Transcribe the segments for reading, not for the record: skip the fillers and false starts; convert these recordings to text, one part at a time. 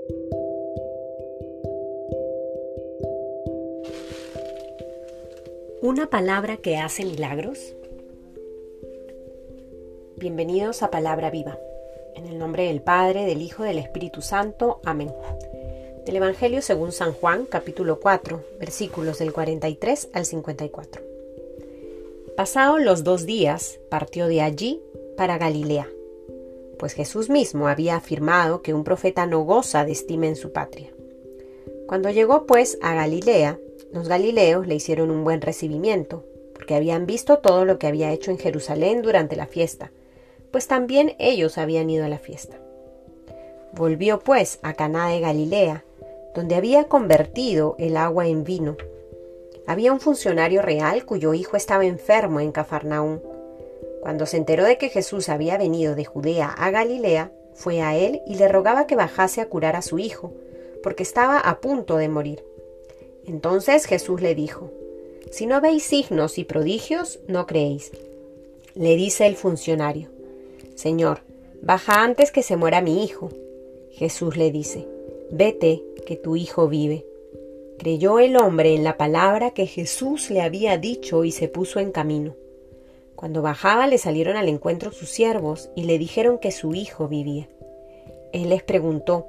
¿Una palabra que hace milagros? Bienvenidos a Palabra Viva. En el nombre del Padre, del Hijo y del Espíritu Santo. Amén. Del Evangelio según San Juan, capítulo 4, versículos del 43 al 54. Pasados los 2 días, partió de allí para Galilea, pues Jesús mismo había afirmado que un profeta no goza de estima en su patria. Cuando llegó pues a Galilea, los galileos le hicieron un buen recibimiento, porque habían visto todo lo que había hecho en Jerusalén durante la fiesta, pues también ellos habían ido a la fiesta. Volvió pues a Caná de Galilea, donde había convertido el agua en vino. Había un funcionario real cuyo hijo estaba enfermo en Cafarnaúm. Cuando se enteró de que Jesús había venido de Judea a Galilea, fue a él y le rogaba que bajase a curar a su hijo, porque estaba a punto de morir. Entonces Jesús le dijo: «Si no veis signos y prodigios, no creéis». Le dice el funcionario: «Señor, baja antes que se muera mi hijo». Jesús le dice: «Vete, que tu hijo vive». Creyó el hombre en la palabra que Jesús le había dicho y se puso en camino. Cuando bajaba le salieron al encuentro sus siervos y le dijeron que su hijo vivía. Él les preguntó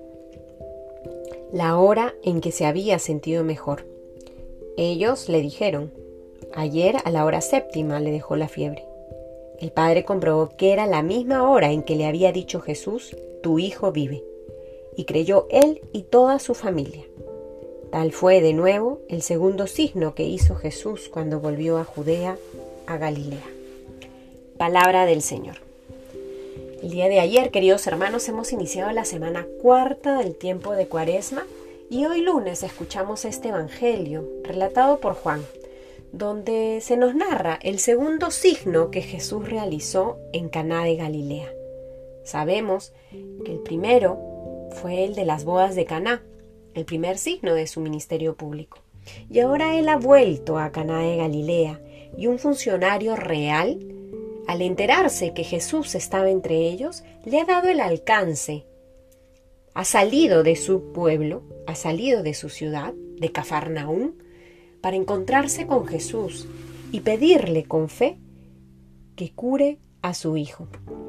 la hora en que se había sentido mejor. Ellos le dijeron: «Ayer a la hora 7ª le dejó la fiebre». El padre comprobó que era la misma hora en que le había dicho Jesús: «Tu hijo vive», y creyó él y toda su familia. Tal fue de nuevo el segundo signo que hizo Jesús cuando volvió a Judea, a Galilea. Palabra del Señor. El día de ayer, queridos hermanos, hemos iniciado la semana 4 del tiempo de Cuaresma y hoy lunes escuchamos este Evangelio relatado por Juan, donde se nos narra el segundo signo que Jesús realizó en Caná de Galilea. Sabemos que el primero fue el de las bodas de Caná, el primer signo de su ministerio público. Y ahora él ha vuelto a Caná de Galilea y un funcionario real, al enterarse que Jesús estaba entre ellos, le ha dado el alcance. Ha salido de su pueblo, ha salido de su ciudad, de Cafarnaúm, para encontrarse con Jesús y pedirle con fe que cure a su hijo.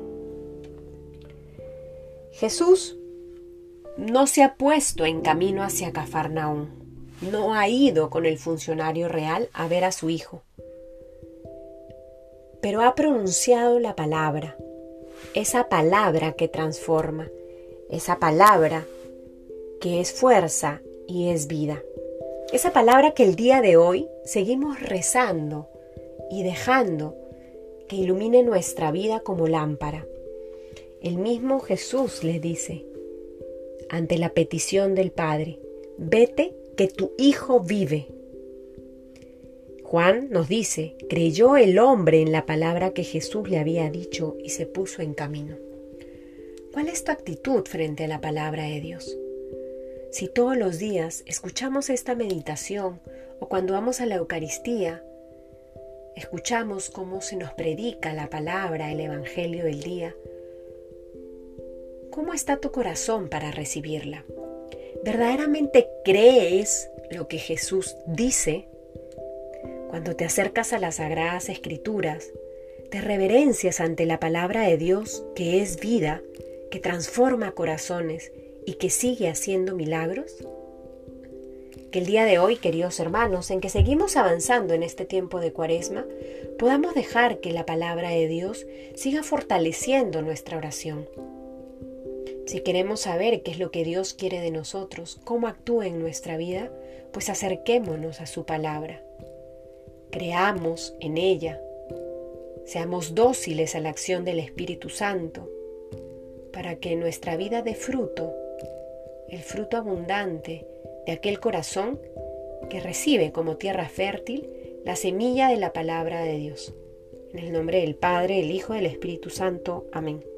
Jesús no se ha puesto en camino hacia Cafarnaúm, no ha ido con el funcionario real a ver a su hijo, pero ha pronunciado la palabra, esa palabra que transforma, esa palabra que es fuerza y es vida. Esa palabra que el día de hoy seguimos rezando y dejando que ilumine nuestra vida como lámpara. El mismo Jesús les dice, ante la petición del Padre: «Vete, que tu hijo vive». Juan nos dice: creyó el hombre en la palabra que Jesús le había dicho y se puso en camino. ¿Cuál es tu actitud frente a la palabra de Dios? Si todos los días escuchamos esta meditación o cuando vamos a la Eucaristía, escuchamos cómo se nos predica la palabra, el Evangelio del día, ¿cómo está tu corazón para recibirla? ¿Verdaderamente crees lo que Jesús dice? Cuando te acercas a las Sagradas Escrituras, te reverencias ante la palabra de Dios que es vida, que transforma corazones y que sigue haciendo milagros. Que el día de hoy, queridos hermanos, en que seguimos avanzando en este tiempo de Cuaresma, podamos dejar que la palabra de Dios siga fortaleciendo nuestra oración. Si queremos saber qué es lo que Dios quiere de nosotros, cómo actúa en nuestra vida, pues acerquémonos a su palabra. Creamos en ella, seamos dóciles a la acción del Espíritu Santo, para que nuestra vida dé fruto, el fruto abundante de aquel corazón que recibe como tierra fértil la semilla de la palabra de Dios. En el nombre del Padre, del Hijo y del Espíritu Santo. Amén.